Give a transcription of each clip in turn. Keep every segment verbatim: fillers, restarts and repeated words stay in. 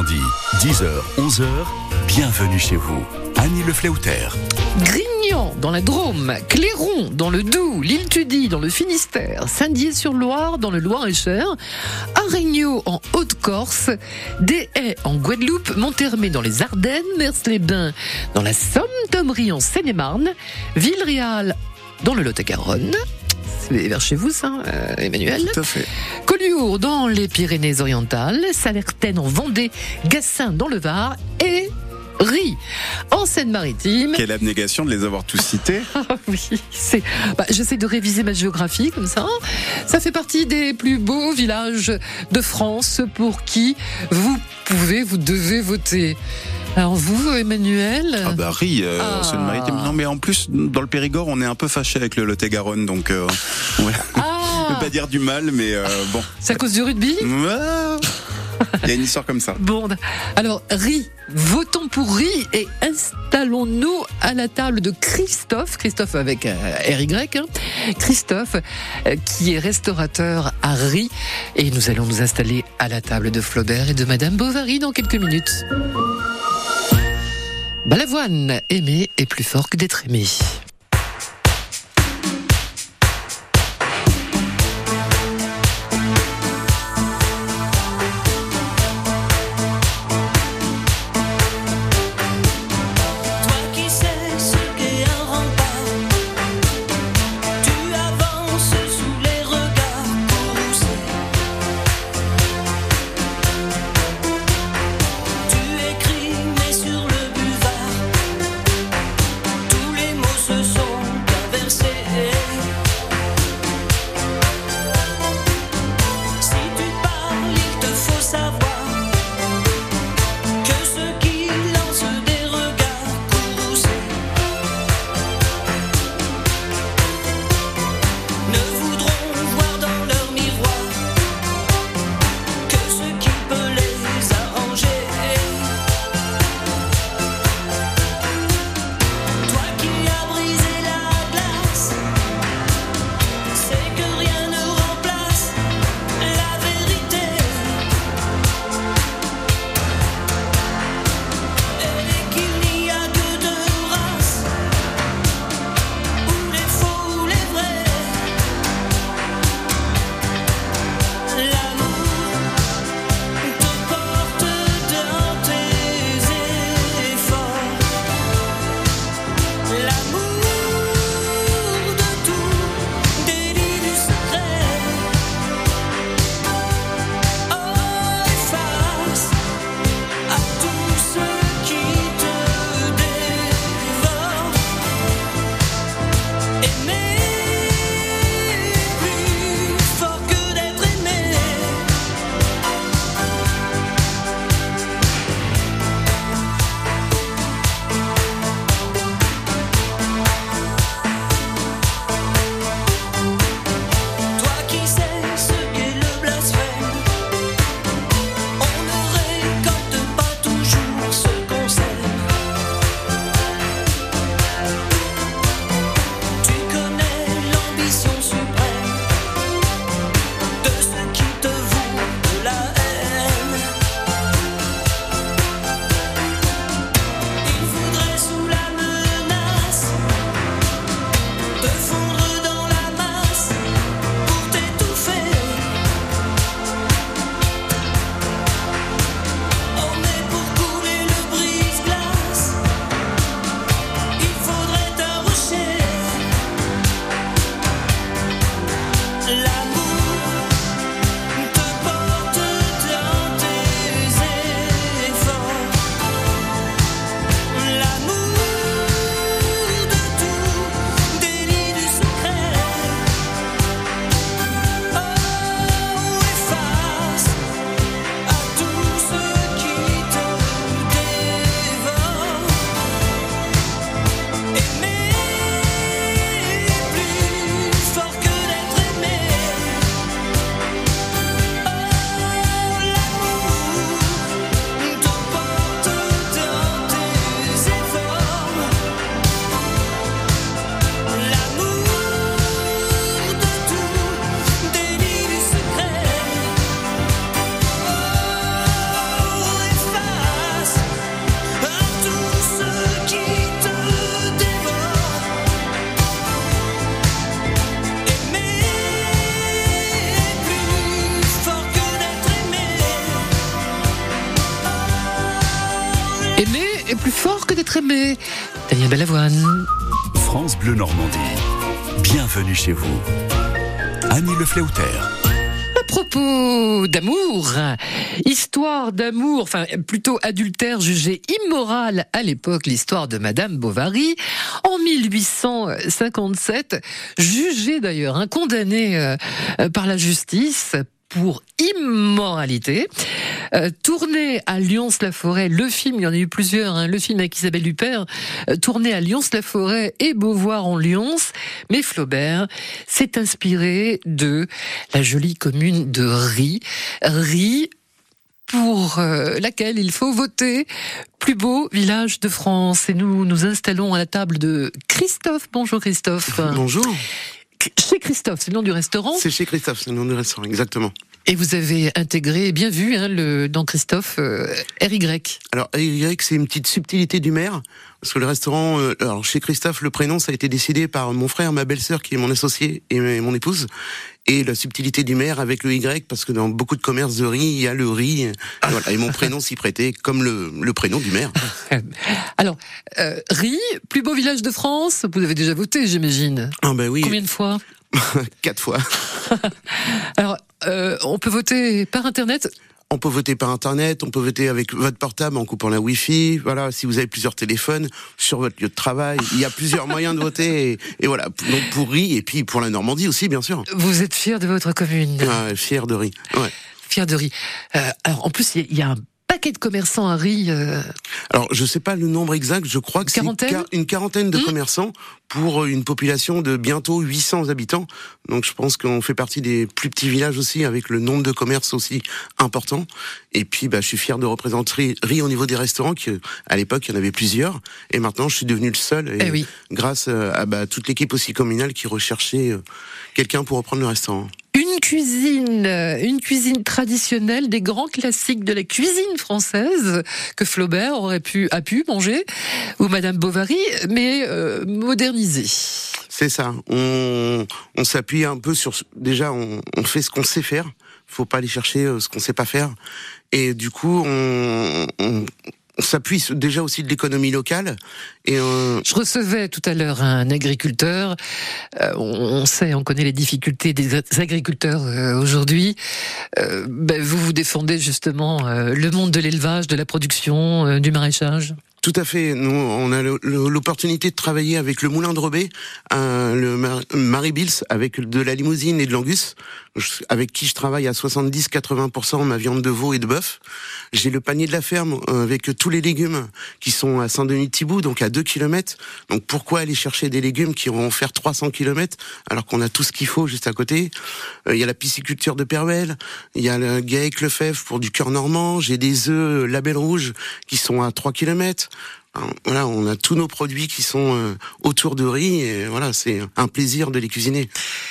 Normandie. dix heures, onze heures, bienvenue chez vous. Annie Le Fléauter. Grignan dans la Drôme, Clairon dans le Doubs, l'île Tudy dans le Finistère, Saint-Dié-sur-Loire dans le Loir-et-Cher, Aregno en Haute-Corse, Des Haies en Guadeloupe, Monthermé dans les Ardennes, Mers-les-Bains dans la Somme, Thomery en Seine-et-Marne, Villeréal dans le Lot-et-Garonne. C'est vers chez vous, ça, euh, Emmanuel. Tout à fait. Collioure dans les Pyrénées-Orientales, Salertaine en Vendée, Gassin dans le Var et Rie en Seine-Maritime. Quelle abnégation de les avoir tous cités. Ah oui, c'est. Bah, j'essaie de réviser ma géographie comme ça. Ça fait partie des plus beaux villages de France pour qui vous pouvez, vous devez voter. Alors vous, Emmanuel? Ah bah Rie, euh, Ah. en Seine-Maritime. Non mais en plus, dans le Périgord, on est un peu fâché avec le Lot-et-Garonne, donc euh, ouais. Ah, Je peux pas dire du mal, mais euh, bon. c'est à cause du rugby? Ah. Il y a une histoire comme ça. Bon, alors Rie, votons pour Rie et installons-nous à la table de Christophe, Christophe avec euh, R Y, hein. Christophe euh, qui est restaurateur à Rie, et nous allons nous installer à la table de Flaubert et de Madame Bovary dans quelques minutes. Balavoine, aimer est plus fort que d'être aimé. Tous les mots se est plus fort que d'être aimé. Daniel Balavoine. France Bleu Normandie. Bienvenue chez vous. Annie Le Fléauter. À propos d'amour, histoire d'amour, enfin plutôt adultère jugé immoral à l'époque, l'histoire de Madame Bovary en mille huit cent cinquante-sept, jugée d'ailleurs, hein, condamnée euh, par la justice pour immoralité. Euh, tourné à Lyons-la-Forêt, le film, il y en a eu plusieurs, hein, le film avec Isabelle Huppert, euh, tourné à Lyons-la-Forêt et Beauvoir en Lyons, mais Flaubert s'est inspiré de la jolie commune de Ry. Ry, pour euh, laquelle il faut voter plus beau village de France. Et nous nous installons à la table de Christophe. Bonjour Christophe. Bonjour. Chez Christophe, c'est le nom du restaurant. C'est chez Christophe, c'est le nom du restaurant, exactement. Et vous avez intégré, bien vu, hein, le, dans Christophe, euh, R Y. Alors, R Y, c'est une petite subtilité du maire, parce que le restaurant, euh, alors chez Christophe, le prénom, ça a été décidé par mon frère, ma belle-sœur, qui est mon associé, et mon épouse. Et la subtilité du maire avec le Y, parce que dans beaucoup de commerces de riz, il y a le riz. Et, voilà, et mon prénom s'y prêtait, comme le, le prénom du maire. Alors, euh, Ry, plus beau village de France, vous avez déjà voté, j'imagine. Ah ben oui. Combien de fois? Quatre fois. Alors, euh, on peut voter par Internet? On peut voter par Internet, on peut voter avec votre portable en coupant la Wi-Fi. Voilà, si vous avez plusieurs téléphones sur votre lieu de travail, il y a plusieurs moyens de voter. Et, et voilà, donc pour Ry et puis pour la Normandie aussi, bien sûr. Vous êtes fier de votre commune? Ah, fier de Ry. Ouais. Fier de Ry. Euh, alors, en plus, il y, y a un paquet de commerçants à Ry. Euh... Alors, je sais pas le nombre exact, je crois que c'est une, quar- une quarantaine de mmh. commerçants pour une population de bientôt huit cents habitants. Donc, je pense qu'on fait partie des plus petits villages aussi, avec le nombre de commerces aussi important. Et puis, bah, je suis fier de représenter Ry au niveau des restaurants, qui, à l'époque, il y en avait plusieurs. Et maintenant, je suis devenu le seul. Et eh oui. grâce à bah, toute l'équipe aussi communale qui recherchait euh, quelqu'un pour reprendre le restaurant. Une cuisine, une cuisine traditionnelle, des grands classiques de la cuisine française que Flaubert aurait pu, a pu manger, ou Madame Bovary, mais euh, modernisée. C'est ça. On, on s'appuie un peu sur. Déjà, on, on fait ce qu'on sait faire. Faut pas aller chercher ce qu'on sait pas faire. Et du coup, on. on On s'appuie déjà aussi de l'économie locale. Et euh... Je recevais tout à l'heure un agriculteur. Euh, on sait, on connaît les difficultés des agriculteurs euh, aujourd'hui. Euh, ben, vous vous défendez justement euh, le monde de l'élevage, de la production, euh, du maraîchage. Tout à fait. Nous, on a l'opportunité de travailler avec le moulin de Rebais, euh, le Marie Bils, avec de la limousine et de l'angus, avec qui je travaille à soixante-dix à quatre-vingts pour cent ma viande de veau et de bœuf. J'ai le panier de la ferme avec tous les légumes qui sont à Saint-Denis-de-Thiboux, donc à deux kilomètres. Donc pourquoi aller chercher des légumes qui vont faire trois cents kilomètres alors qu'on a tout ce qu'il faut juste à côté? Il y a la pisciculture de Pervel, il y a le Gaec Lefebvre pour du cœur normand, j'ai des œufs Label Rouge qui sont à trois kilomètres. Voilà, on a tous nos produits qui sont euh, autour de Ry et voilà, c'est un plaisir de les cuisiner.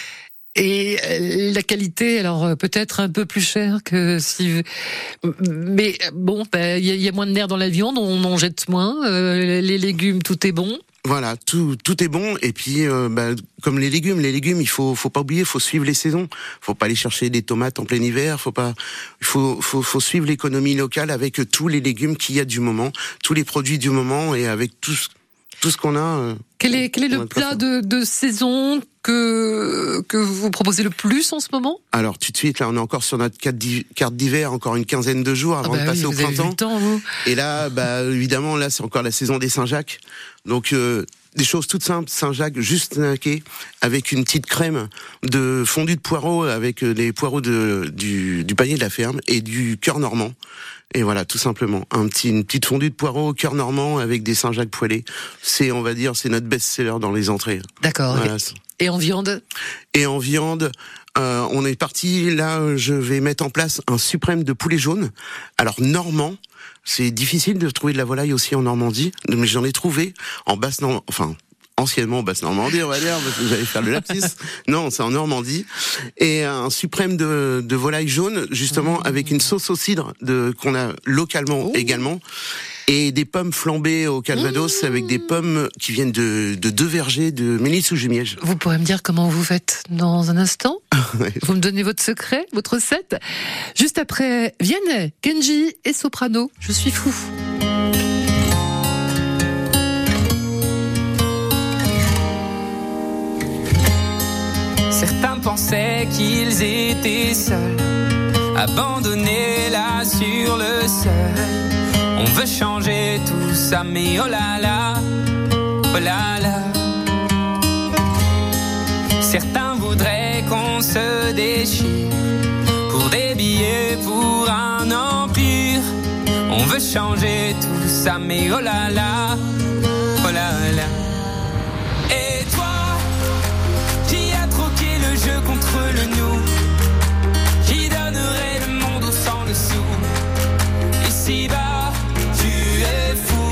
Et la qualité, alors peut-être un peu plus chère que si, mais bon, ben il y, y a moins de nerfs dans la viande, on en jette moins. Euh, les légumes, tout est bon. Voilà, tout tout est bon et puis euh, bah, comme les légumes, les légumes, il faut faut pas oublier, faut suivre les saisons. Faut pas aller chercher des tomates en plein hiver, faut pas il faut faut faut suivre l'économie locale avec tous les légumes qu'il y a du moment, tous les produits du moment et avec tout ce tout ce qu'on a. Euh, quel est quel est le plat de de saison que que vous proposez le plus en ce moment? Alors tout de suite là, on est encore sur notre carte d'hiver, encore une quinzaine de jours avant ah bah de passer oui, au printemps. Le temps, vous. Et là, bah évidemment, là c'est encore la saison des Saint-Jacques. Donc euh, des choses toutes simples, Saint-Jacques juste snacké avec une petite crème de fondu de poireaux avec les poireaux de du du panier de la ferme et du cœur normand. Et voilà, tout simplement, un petit, une petite fondue de poireaux au cœur normand avec des Saint-Jacques poêlés. C'est, on va dire, c'est notre best-seller dans les entrées. D'accord. Voilà. Et en viande? Et en viande, euh, on est parti, là, je vais mettre en place un suprême de poulet jaune. Alors, normand, c'est difficile de trouver de la volaille aussi en Normandie, mais j'en ai trouvé en basse Normandie, enfin, anciennement Basse-Normandie, on va dire, parce que j'allais faire le lapsus. Non, c'est en Normandie. Et un suprême de, de volaille jaune, justement, mmh. avec une sauce au cidre de, qu'on a localement oh. également. Et des pommes flambées au Calvados mmh. avec des pommes qui viennent de, de deux vergers de Ménil-sous-Jumièges. Vous pourrez me dire comment vous faites dans un instant? Ouais. Vous me donnez votre secret, votre recette? Juste après, Vianney, Kenji et Soprano. Je suis fou. pensaient qu'ils étaient seuls, abandonnés là sur le sol. On veut changer tout ça, mais oh là là, oh là là. Certains voudraient qu'on se déchire pour des billets, pour un empire. On veut changer tout ça, mais oh là là, oh là là. Et toi, qui a troqué le jeu contre le nous, qui donnerait le monde au sang dessous. Ici-bas, tu es fou.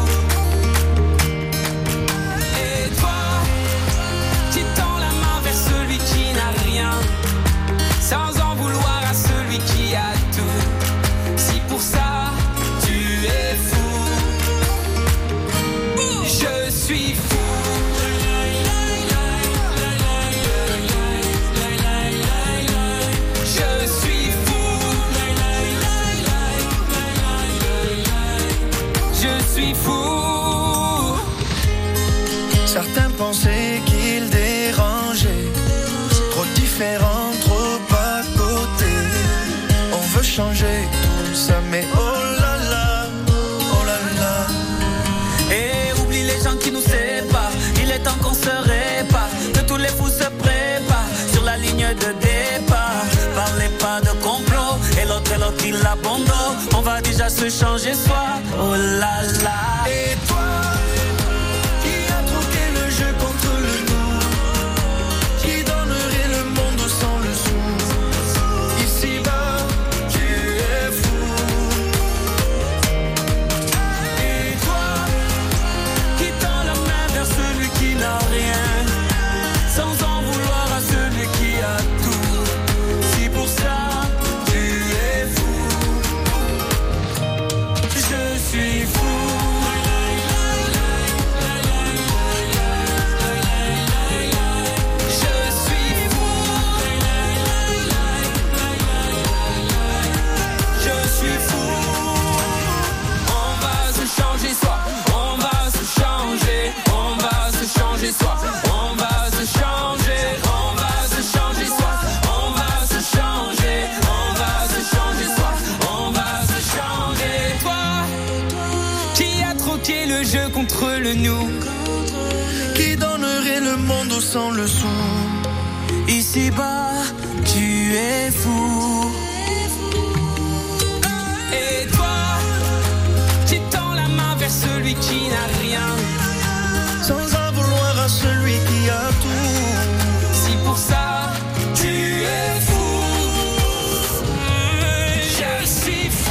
Et toi, qui tend la main vers celui qui n'a rien, sans en vouloir à celui qui a tout. Si pour ça, tu es fou, je suis fou. Certains pensaient qu'ils dérangeaient, trop différents, trop à côté. On veut changer tout ça, mais oh là là, oh là là. Et oublie les gens qui nous séparent, il est temps qu'on se répare, que tous les fous se préparent sur la ligne de départ. Parlez pas de complot, et l'autre et l'autre il abandonne. On va déjà se changer soi, oh là là. Et toi, contre le nous, qui donnerait le monde au sang le sou. Ici-bas, tu es fou. Et toi, qui tends la main vers celui qui n'a rien, sans en vouloir à celui qui a tout. Si pour ça, tu es fou, je suis fou.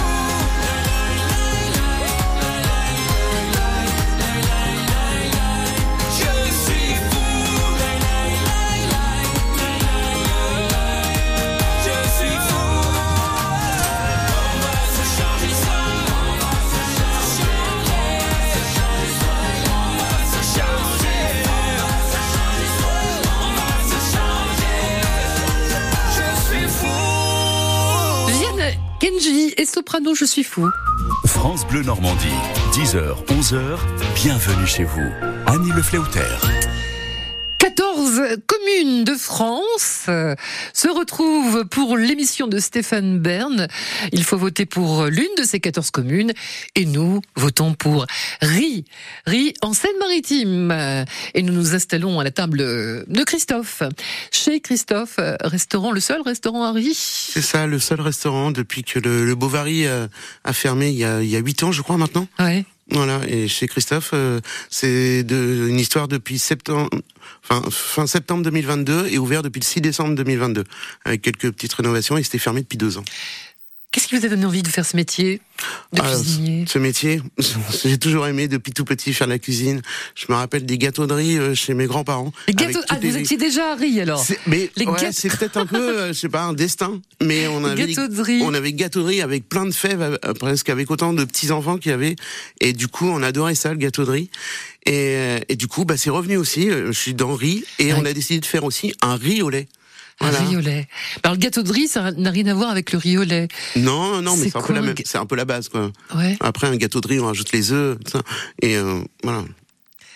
Kenji et soprano, je suis fou. France Bleu Normandie, dix heures, onze heures, bienvenue chez vous. Annie Le Fléauter. quatorze communes de France se retrouvent pour l'émission de Stéphane Bern. Il faut voter pour l'une de ces quatorze communes et nous votons pour Ries. Ries en Seine-Maritime. Et nous nous installons à la table de Christophe. Chez Christophe, restaurant, le seul restaurant à Ries. C'est ça, le seul restaurant depuis que le, le Bovary a, a fermé il y a, il y a huit ans, je crois, maintenant. Ouais. Voilà, et chez Christophe, euh, c'est de, une histoire depuis septembre, enfin, fin septembre deux mille vingt-deux et ouvert depuis le six décembre deux mille vingt-deux, avec quelques petites rénovations, et c'était fermé depuis deux ans. Qu'est-ce qui vous a donné envie de faire ce métier de ah, cuisinier? Ce métier, j'ai toujours aimé depuis tout petit faire de la cuisine. Je me rappelle des gâteaux de riz chez mes grands-parents. Les gâteaux, ah, vous les... étiez déjà à Ries alors? C'est, mais les ouais, gâteaux... c'est peut-être un peu, euh, je sais pas, un destin. Mais on avait gâteaux de riz. On avait gâteau de riz avec plein de fèves, euh, presque avec autant de petits enfants qu'il y avait. Et du coup, on adorait ça, le gâteau de riz. Et, et du coup, bah, c'est revenu aussi. Je suis dans riz et ouais. On a décidé de faire aussi un riz au lait. Voilà. Un riz au lait. Alors le gâteau de riz, ça n'a rien à voir avec le riz au lait. Non, non, mais c'est, c'est un peu la même, c'est un peu la base, quoi. Ouais. Après un gâteau de riz, on rajoute les œufs, ça, et euh, voilà.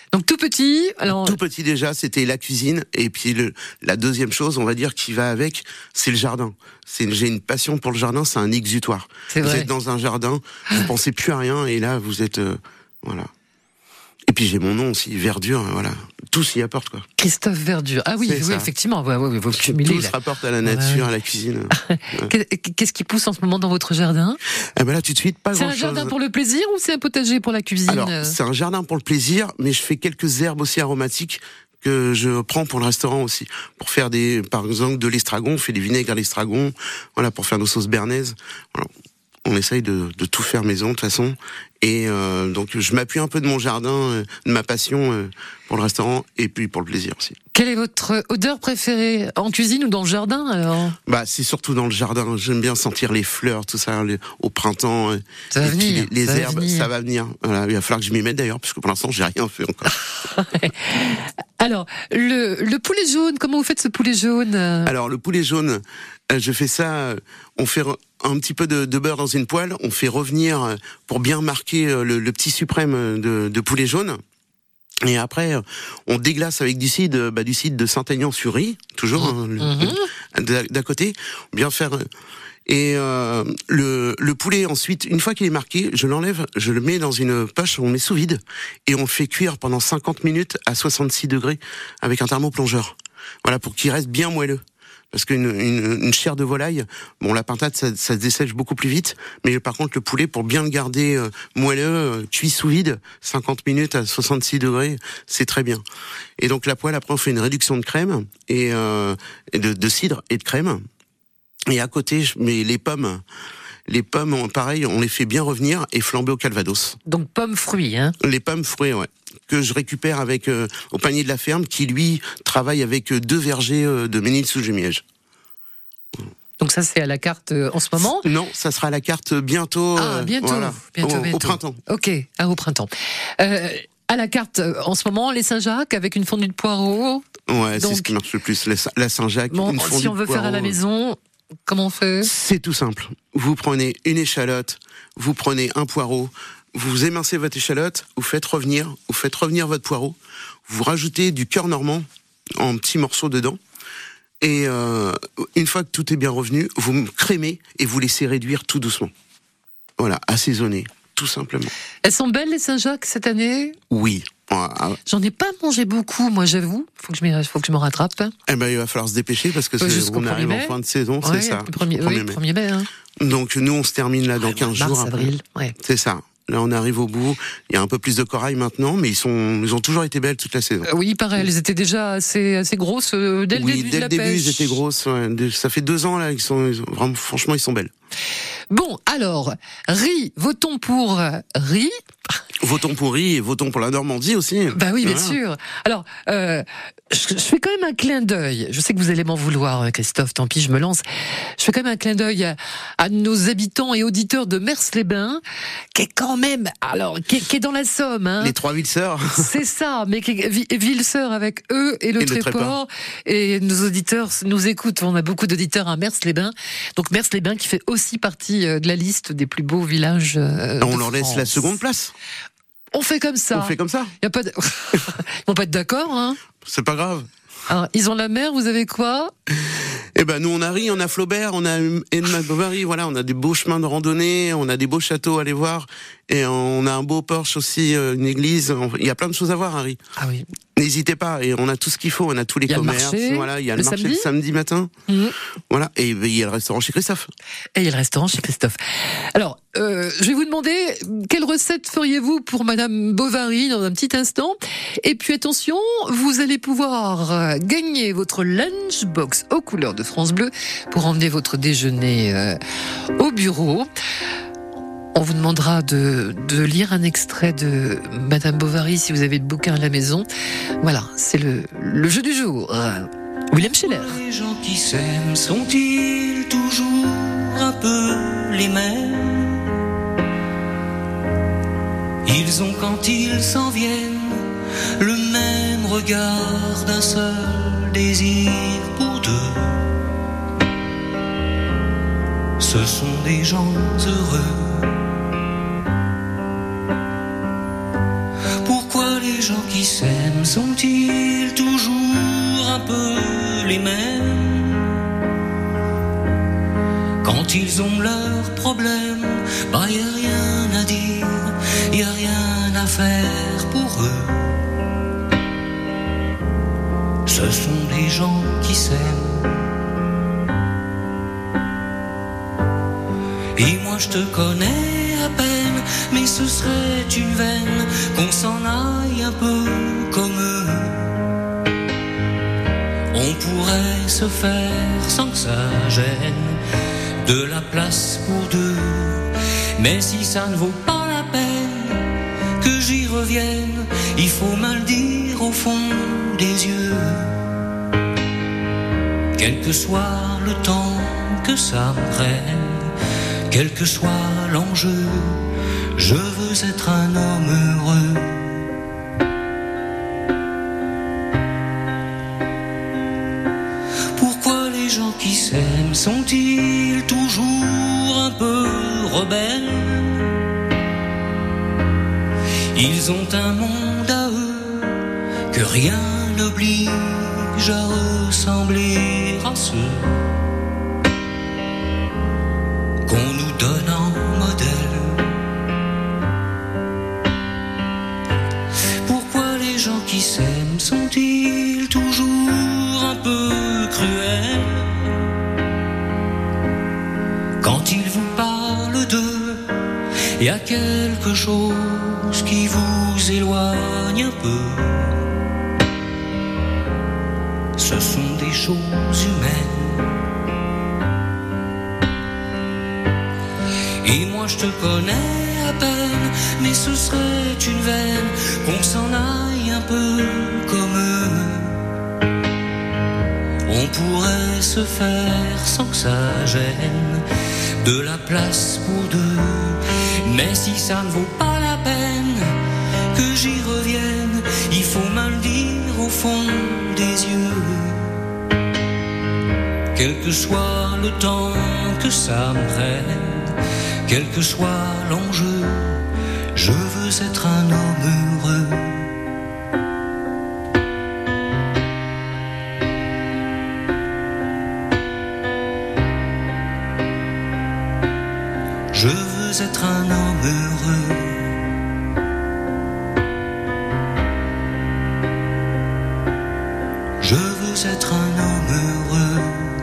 Donc tout petit, alors Tout petit déjà, c'était la cuisine. Et puis le, la deuxième chose, on va dire, qui va avec, c'est le jardin. C'est, j'ai une passion pour le jardin, c'est un exutoire. c'est Vous vrai. êtes dans un jardin, vous pensez plus à rien, et là, vous êtes... euh, voilà. Et puis j'ai mon nom aussi, Verdure, voilà. Tout s'y apporte, quoi. Christophe Verdure. Ah oui, C'est oui, ça. effectivement, ouais, ouais, vous cumulez Tout là. se rapporte à la nature, Ouais. à la cuisine. Qu'est- Qu'est-ce qui pousse en ce moment dans votre jardin? Eh ben là, tout de suite, pas C'est un grand-chose. jardin pour le plaisir ou c'est un potager pour la cuisine? Alors, c'est un jardin pour le plaisir, mais je fais quelques herbes aussi aromatiques que je prends pour le restaurant aussi. Pour faire des, par exemple, de l'estragon, on fait des vinaigres à l'estragon, voilà, pour faire nos sauces bernaises. Voilà. On essaye de, de tout faire maison, de toute façon. Et euh, donc, je m'appuie un peu de mon jardin, euh, de ma passion euh, pour le restaurant, et puis pour le plaisir aussi. Quelle est votre odeur préférée? En cuisine ou dans le jardin, alors? Bah, c'est surtout dans le jardin. J'aime bien sentir les fleurs, tout ça, les- au printemps. euh, Ça va et puis venir, les, les ça va herbes, venir. ça va venir. Voilà, il va falloir que je m'y mette d'ailleurs, parce que pour l'instant, j'ai rien fait encore. Alors, le, le poulet jaune, comment vous faites ce poulet jaune? Alors le poulet jaune, euh, je fais ça, euh, on fait re- un petit peu de, de beurre dans une poêle, on fait revenir euh, pour bien marquer euh, le, le petit suprême euh, de, de poulet jaune. Et après, euh, on déglace avec du cidre, euh, bah, du cidre de Saint-Aignan sur riz, toujours hein, le- Mhm. d'à, d'à côté, bien faire. euh, Et euh, le, le poulet ensuite, une fois qu'il est marqué, je l'enlève, je le mets dans une poche, on le met sous vide et on le fait cuire pendant cinquante minutes à soixante-six degrés avec un thermoplongeur. Voilà, pour qu'il reste bien moelleux. Parce qu'une une, une chair de volaille, bon, la pintade, ça, ça se dessèche beaucoup plus vite, mais par contre, le poulet, pour bien le garder euh, moelleux, euh, cuit sous vide, cinquante minutes à soixante-six degrés, c'est très bien. Et donc, la poêle, après, on fait une réduction de crème, et, euh, et de, de cidre et de crème. Et à côté, je mets les pommes. Les pommes, on- pareil, on les fait bien revenir et flamber au calvados. Donc pommes fruits, hein? Les pommes fruits, ouais, que je récupère avec euh, au panier de la ferme, qui lui travaille avec euh, deux vergers euh, de Ménil-sous-Jumièges. Donc ça, c'est à la carte euh, en ce moment? Non, ça sera à la carte bientôt. Ah, euh, bientôt, voilà, bientôt, au, au bientôt. printemps. Ok, ah, au printemps. Euh, à la carte euh, en ce moment, les Saint-Jacques avec une fondue de poireaux. Ouais, Donc- c'est ce qui marche le plus. La, la Saint-Jacques. Bon, une fondue si on de veut faire à la poireaux. maison, comment on fait? C'est tout simple. Vous prenez une échalote, vous prenez un poireau, vous émincez votre échalote, vous faites revenir, vous faites revenir votre poireau, vous rajoutez du cœur normand en petits morceaux dedans, et euh, une fois que tout est bien revenu, vous me crémez et vous laissez réduire tout doucement. Voilà, assaisonner, tout simplement. Elles sont belles les Saint-Jacques cette année? Oui. Ah, J'en ai pas mangé beaucoup, moi j'avoue. Faut que je m'y- faut que je me rattrape. eh ben, il va falloir se dépêcher parce que Ouais, c'est- jusqu'au on arrive premier mai. en fin de saison, Ouais, c'est ça. le premier, premier oui, mai. premier mai. Hein. Donc nous, on se termine là dans quinze Mars, jours. après. avril, ouais. C'est ça. Là, on arrive au bout. Il y a un peu plus de corail maintenant, mais ils sont, ils ont toujours été belles toute la saison. Euh, oui, pareil, elles étaient déjà assez, assez grosses euh, dès le oui, début dès de la le début, pêche. ils étaient grosses. Ouais. De- Ça fait deux ans là, ils sont, ils ont- vraiment, franchement, ils sont belles. Bon, alors, riz, votons pour euh, riz. Votons pour riz et votons pour la Normandie aussi. Bah oui, bien Voilà. sûr. Alors, euh, je, je fais quand même un clin d'œil. Je sais que vous allez m'en vouloir, hein, Christophe, tant pis, je me lance. Je fais quand même un clin d'œil à, à nos habitants et auditeurs de Mers-les-Bains, qui est quand même, alors, qui, est- qui est dans la Somme, hein. Les trois villes sœurs. C'est ça, mais qui est Vi- Ville-Sœur avec eux et le Et le Tréport. Tréport. Et nos auditeurs nous écoutent. On a beaucoup d'auditeurs à Mers-les-Bains. Donc Mers-les-Bains qui fait aussi partie euh, de la liste des plus beaux villages euh, On de leur laisse France. la seconde place. On fait comme ça. On fait comme ça. Y a pas de... Ils vont pas être d'accord, hein. C'est pas grave. Alors, ils ont la mer, vous avez quoi? Eh ben nous on a Ri, on a Flaubert, on a Edmond Bovary, voilà, on a des beaux chemins de randonnée, on a des beaux châteaux à aller voir, et on a un beau porche aussi, euh, une église. Il y a plein de choses à voir à Ri. Ah oui. N'hésitez pas, et on a tout ce qu'il faut, on a tous les Il y a le commerces, marché, voilà, il y a le le, marché samedi. le samedi matin, Mhm. voilà, et il y a le restaurant chez Christophe. Et il y a le restaurant chez Christophe. Alors, euh, je vais vous demander quelle recette feriez-vous pour Madame Bovary dans un petit instant. Et puis attention, vous allez pouvoir euh, gagner votre lunchbox aux couleurs de France Bleu pour emmener votre déjeuner euh, au bureau. On vous demandera de, de lire un extrait de Madame Bovary si vous avez le bouquin à la maison. Voilà, c'est le, le jeu du jour. William Scheller. Les gens qui s'aiment sont-ils toujours un peu les mêmes? Ils ont quand ils s'en viennent le même regard d'un seul désir pour deux. Ce sont des gens heureux. Pourquoi les gens qui s'aiment sont-ils toujours un peu les mêmes? Quand ils ont leurs problèmes, bah y a rien à dire, y a rien à faire pour eux. Ce sont des gens qui s'aiment. Et moi je te connais à peine, mais ce serait une veine qu'on s'en aille un peu comme eux. On pourrait se faire sans que ça gêne de la place pour deux. Mais si ça ne vaut pas la peine que j'y revienne, il faut mal dire au fond des yeux. Quel que soit le temps que ça me prenne, quel que soit l'enjeu, je veux être un homme heureux. Pourquoi les gens qui s'aiment sont-ils toujours un peu rebelles? Ils ont un monde à eux que rien n'oblige à ressembler à ceux qu'on nous donne en modèle. Pourquoi les gens qui s'aiment sont-ils toujours un peu cruels? Quand ils vous parlent d'eux, y a quelque chose qui vous éloigne un peu. Ce sont des choses humaines. Et moi je te connais à peine, mais ce serait une veine qu'on s'en aille un peu comme eux. On pourrait se faire sans que ça gêne de la place pour deux. Mais si ça ne vaut pas la peine que j'y revienne, il faut mal dire au fond des yeux. Quel que soit le temps que ça me prenne, quel que soit l'enjeu, je veux être un homme heureux. Je veux être un homme heureux. Je veux être un homme heureux.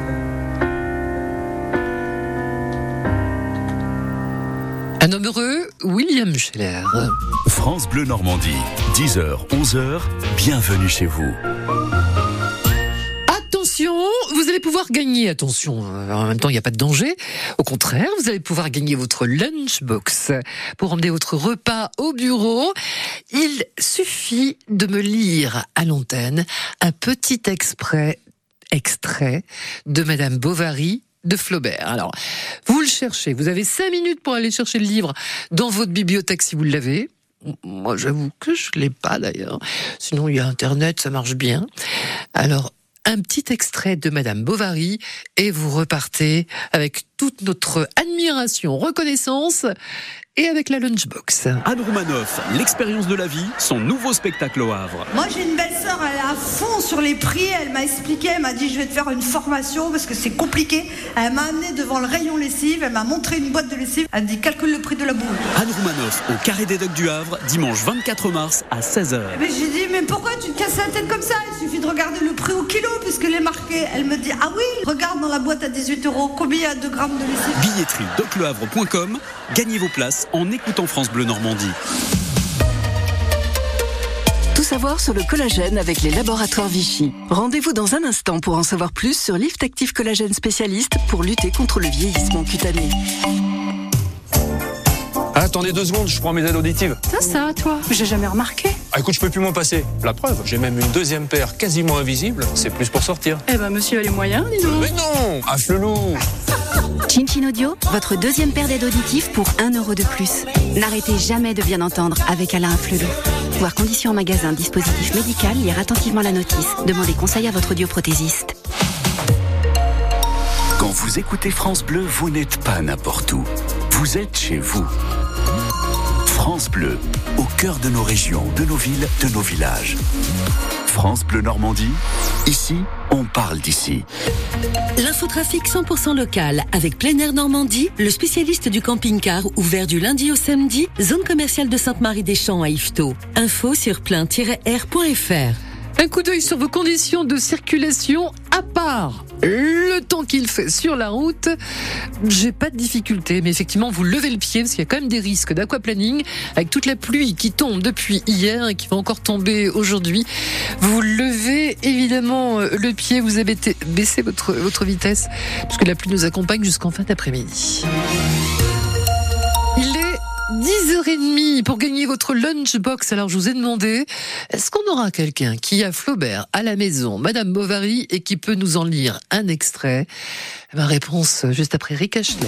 Un homme heureux, William Scheller. France Bleu Normandie, dix heures, onze heures, bienvenue chez vous. Attention, vous allez pouvoir gagner, attention, en même temps il n'y a pas de danger, au contraire, vous allez pouvoir gagner votre lunchbox pour emmener votre repas au bureau. Il suffit de me lire à l'antenne un petit extrait, extrait de Madame Bovary de Flaubert. Alors, vous le cherchez, vous avez cinq minutes pour aller chercher le livre dans votre bibliothèque si vous l'avez. Moi, j'avoue que je ne l'ai pas d'ailleurs. Sinon, il y a Internet, ça marche bien. Alors, un petit extrait de Madame Bovary et vous repartez avec toute notre admiration, reconnaissance et avec la lunchbox. Anne Roumanoff, l'expérience de la vie, son nouveau spectacle au Havre. Moi j'ai une belle-sœur, elle est à fond sur les prix, elle m'a expliqué, elle m'a dit je vais te faire une formation parce que c'est compliqué. Elle m'a amené devant le rayon lessive, elle m'a montré une boîte de lessive, elle me dit calcule le prix de la boule. Anne Roumanoff au Carré des Docks du Havre, dimanche vingt-quatre mars à seize heures. Mais j'ai dit mais pourquoi tu te casses la tête comme ça? Il suffit de regarder le prix au kilo puisque les marqué. Elle me dit ah oui, regarde dans la boîte à dix-huit euros, combien il y a de grammes de lessive? Billetterie doc le havre point com, gagnez vos places en écoutant France Bleu Normandie. Tout savoir sur le collagène avec les laboratoires Vichy. Rendez-vous dans un instant pour en savoir plus sur Lift Active Collagène spécialiste pour lutter contre le vieillissement cutané. Ah, attendez deux secondes, je prends mes aides auditives. Ça, ça, toi, j'ai jamais remarqué. Ah, écoute, je peux plus m'en passer. La preuve, j'ai même une deuxième paire quasiment invisible. C'est plus pour sortir. Eh ben, monsieur a les moyens, dis donc. Mais non, afflelou. Chin Chin Audio, votre deuxième paire d'aides auditives pour un euro de plus. N'arrêtez jamais de bien entendre avec Alain Afflelou. Voir conditions en magasin, dispositif médical, lire attentivement la notice. Demandez conseil à votre audioprothésiste. Quand vous écoutez France Bleu, vous n'êtes pas n'importe où. Vous êtes chez vous. France Bleu, au au cœur de nos régions, de nos villes, de nos villages. France Bleu Normandie, ici, on parle d'ici. L'infotrafic cent pour cent local avec Plein Air Normandie, le spécialiste du camping-car ouvert du lundi au samedi, zone commerciale de Sainte-Marie-des-Champs à Yvetot. Info sur plein tiret air point f r. Un coup d'œil sur vos conditions de circulation à part le temps qu'il fait sur la route. J'ai pas de difficulté, mais effectivement, vous levez le pied parce qu'il y a quand même des risques d'aquaplaning avec toute la pluie qui tombe depuis hier et qui va encore tomber aujourd'hui. Vous levez évidemment le pied, vous avez baissé votre, votre vitesse parce que la pluie nous accompagne jusqu'en fin d'après-midi. Il est dix heures trente pour gagner votre lunchbox. Alors je vous ai demandé, est-ce qu'on aura quelqu'un qui a Flaubert à la maison, Madame Bovary, et qui peut nous en lire un extrait? Ma réponse juste après Rick Ashley.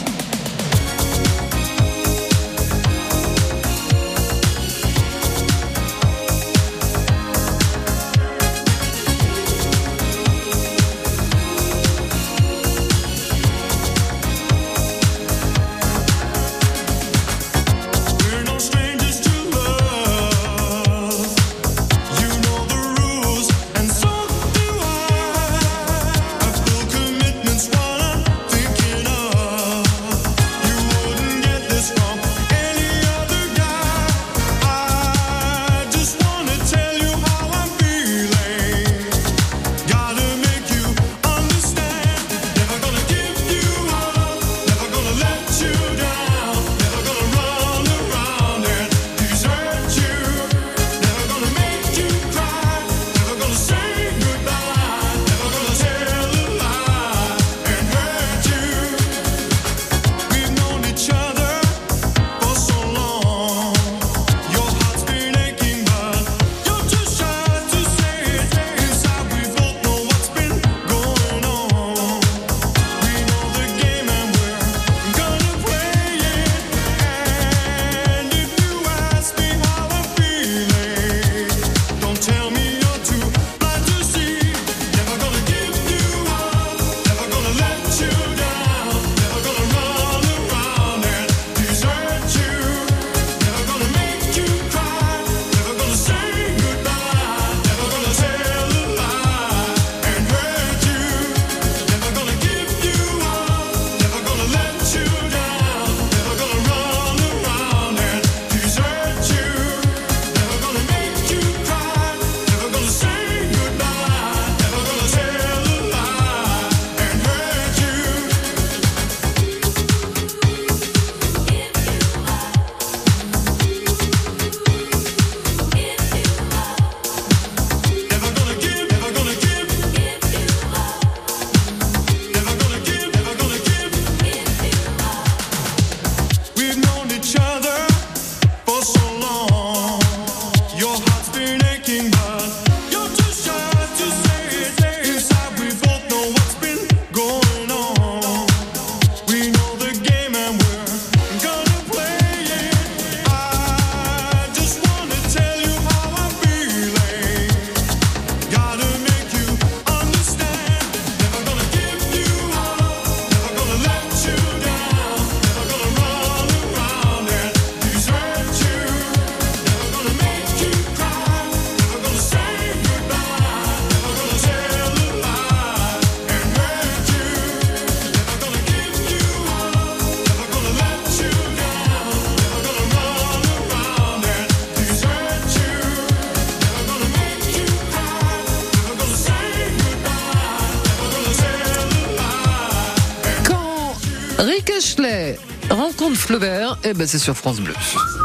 Rick Ashley rencontre Flaubert, et ben c'est sur France Bleu.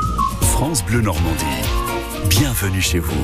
France Bleu Normandie, bienvenue chez vous.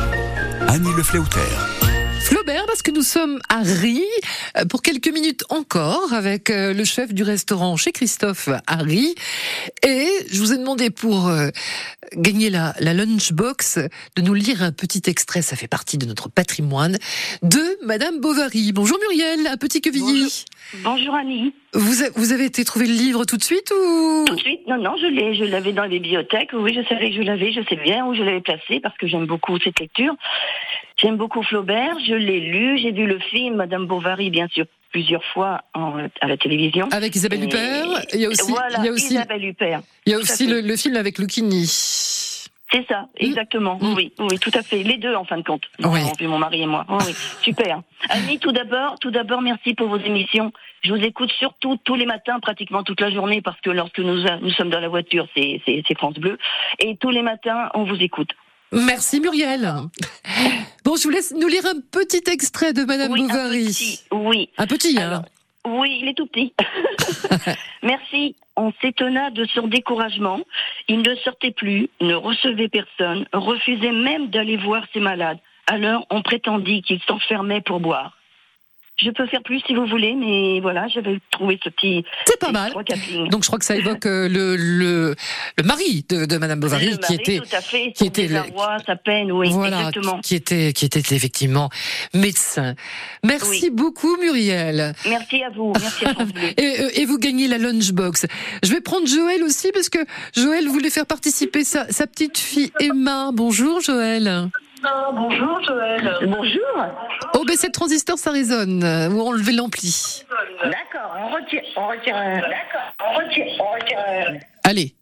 Annie Le Fléauter. Flaubert, parce que nous sommes à Ry pour quelques minutes encore avec le chef du restaurant chez Christophe à Ry. Et je vous ai demandé pour euh, gagner la, la lunchbox de nous lire un petit extrait, ça fait partie de notre patrimoine, de Madame Bovary. Bonjour Muriel, à Petit-Quevilly. Bonjour. Bonjour Annie. Vous, a, vous avez été trouver le livre tout de suite ou Tout de suite, non, non, je l'ai, je l'avais dans la bibliothèque. Oui, je savais que je l'avais, je sais bien où je l'avais placé parce que j'aime beaucoup cette lecture. J'aime beaucoup Flaubert, je l'ai lu, j'ai vu le film Madame Bovary, bien sûr, plusieurs fois en, à la télévision. Avec Isabelle Et... Huppert. Il y a aussi, voilà, il y a aussi, Isabelle Huppert. Il y a aussi le, le film avec Lucchini. C'est ça, exactement. Mmh. Oui, oui, tout à fait. Les deux, en fin de compte. Oui. Puis mon mari et moi. Oh, oui, super. Annie, tout d'abord, tout d'abord, merci pour vos émissions. Je vous écoute surtout tous les matins, pratiquement toute la journée, parce que lorsque nous, nous sommes dans la voiture, c'est, c'est, c'est France Bleu. Et tous les matins, on vous écoute. Merci Muriel. Bon, je vous laisse nous lire un petit extrait de Madame oui, Bovary. Un petit, oui. Un petit, hein. Alors, oui, il est tout petit. Merci. On s'étonna de son découragement. Il ne sortait plus, ne recevait personne, refusait même d'aller voir ses malades. Alors, on prétendit qu'il s'enfermait pour boire. Je peux faire plus si vous voulez, mais voilà, j'avais trouvé ce petit... C'est pas mal. Donc je crois que ça évoque euh, le, le, le mari de, de Madame Bovary, le qui mari, était... tout à fait, qui était désarroi, sa peine, oui, voilà, exactement. Qui était, qui était effectivement médecin. Merci oui. beaucoup Muriel. Merci à vous, merci à France Bleu. et, et vous gagnez la lunchbox. Je vais prendre Joël aussi, parce que Joël voulait faire participer sa, sa petite fille Emma. Bonjour Joël. Bonjour Joël. Bonjour. Oh ben cette transistor ça résonne. Ou enlever l'ampli. D'accord, on retire, on retire. D'accord, on retire, on retire. Allez.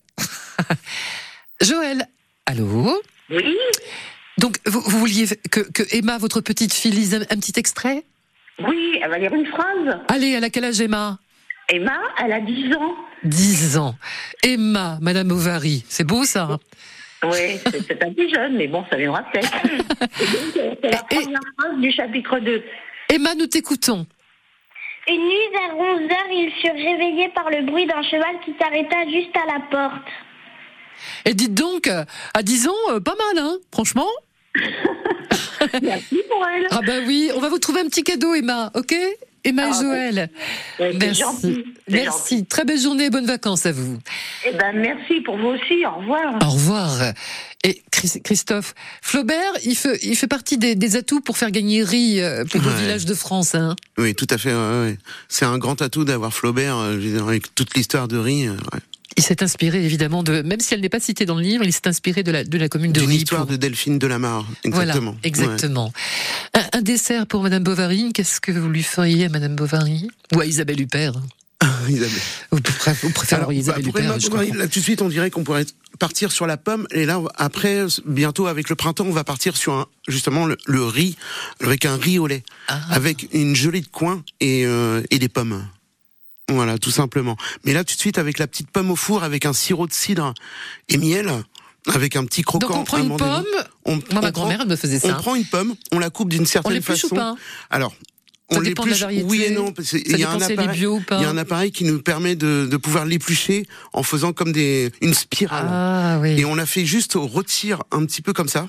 Joël. Allô. Oui. Donc vous, vous vouliez que, que Emma, votre petite fille, lise un, un petit extrait? Oui, elle va lire une phrase. Allez, elle a quel âge Emma? Emma, elle a dix ans. dix ans. Emma, Madame Bovary, c'est beau ça hein? Oui, c'est un petit jeune, mais bon, ça viendra peut-être. C'est la première et, phrase du chapitre deux. Emma, nous t'écoutons. Une nuit vers onze heures, ils furent réveillés par le bruit d'un cheval qui s'arrêta juste à la porte. Et dites donc, à dix ans, euh, pas mal, hein, franchement. Merci pour elle. Ah bah oui, on va vous trouver un petit cadeau, Emma, ok? Emma ah, et Joël. Ouais, merci. Gentil, merci. Gentil. Très belle journée et bonnes vacances à vous. Eh ben, merci pour vous aussi. Au revoir. Au revoir. Et Christophe, Flaubert, il fait, il fait partie des, des atouts pour faire gagner riz pour ouais. le village de France. Hein. Oui, tout à fait. Ouais, ouais. C'est un grand atout d'avoir Flaubert, je veux dire, avec toute l'histoire de riz. Ouais. Il s'est inspiré évidemment de, même si elle n'est pas citée dans le livre, il s'est inspiré de la, de la commune de Riz. D'une histoire pour... de Delphine Delamarre, exactement. Voilà, exactement. Ouais. Un, un dessert pour Madame Bovary, qu'est-ce que vous lui feriez à Madame Bovary? Ou à Isabelle Huppert? Isabelle. Vous, préférez, vous préférez Alors, Isabelle bah, Huppert, je Bovary, là tout de suite on dirait qu'on pourrait partir sur la pomme, et là après, bientôt avec le printemps, on va partir sur un, justement le, le riz, avec un riz au lait, ah. avec une gelée de coin et, euh, et des pommes. Voilà, tout simplement. Mais là, tout de suite, avec la petite pomme au four, avec un sirop de cidre et miel, avec un petit croquant. Donc on prend une pomme. On, Moi, on ma grand-mère, elle me faisait ça. On prend une pomme, on la coupe d'une certaine on l'épluche façon. Ou pas Alors, ça on l'épluche. Oui et non. Il y a un appareil. Bio ou pas il y a un appareil qui nous permet de, de pouvoir l'éplucher en faisant comme des une spirale. Ah, oui. Et on la fait juste au retire un petit peu comme ça.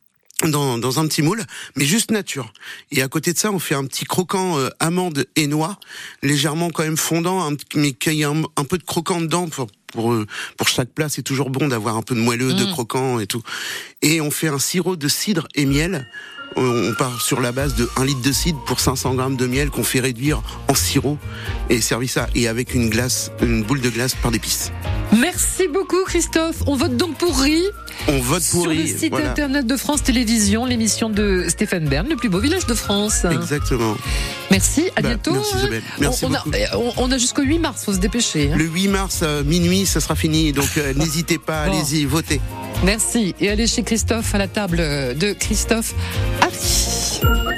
Dans, dans un petit moule, mais juste nature. Et à côté de ça, on fait un petit croquant euh, amande et noix, légèrement quand même fondant, un, mais qu'il y a un, un peu de croquant dedans. Pour, pour, pour chaque plat, c'est toujours bon d'avoir un peu de moelleux, mmh. de croquant et tout. Et on fait un sirop de cidre et miel. On part sur la base de un litre de cidre pour cinq cents grammes de miel qu'on fait réduire en sirop et servi ça, et avec une glace, une boule de glace par d'épices. Merci beaucoup Christophe. On vote donc pour Riz. On vote pour Sur Riz. le site voilà. internet de France Télévisions, l'émission de Stéphane Bern, le plus beau village de France. Exactement. Merci, à bah, bientôt. Merci Isabelle. Merci on, on beaucoup. A, on, on a jusqu'au huit mars, faut se dépêcher. Hein. Le huit mars, euh, minuit, ça sera fini, donc euh, n'hésitez pas, bon. Allez-y, votez. Merci. Et allez chez Christophe, à la table de Christophe Harry.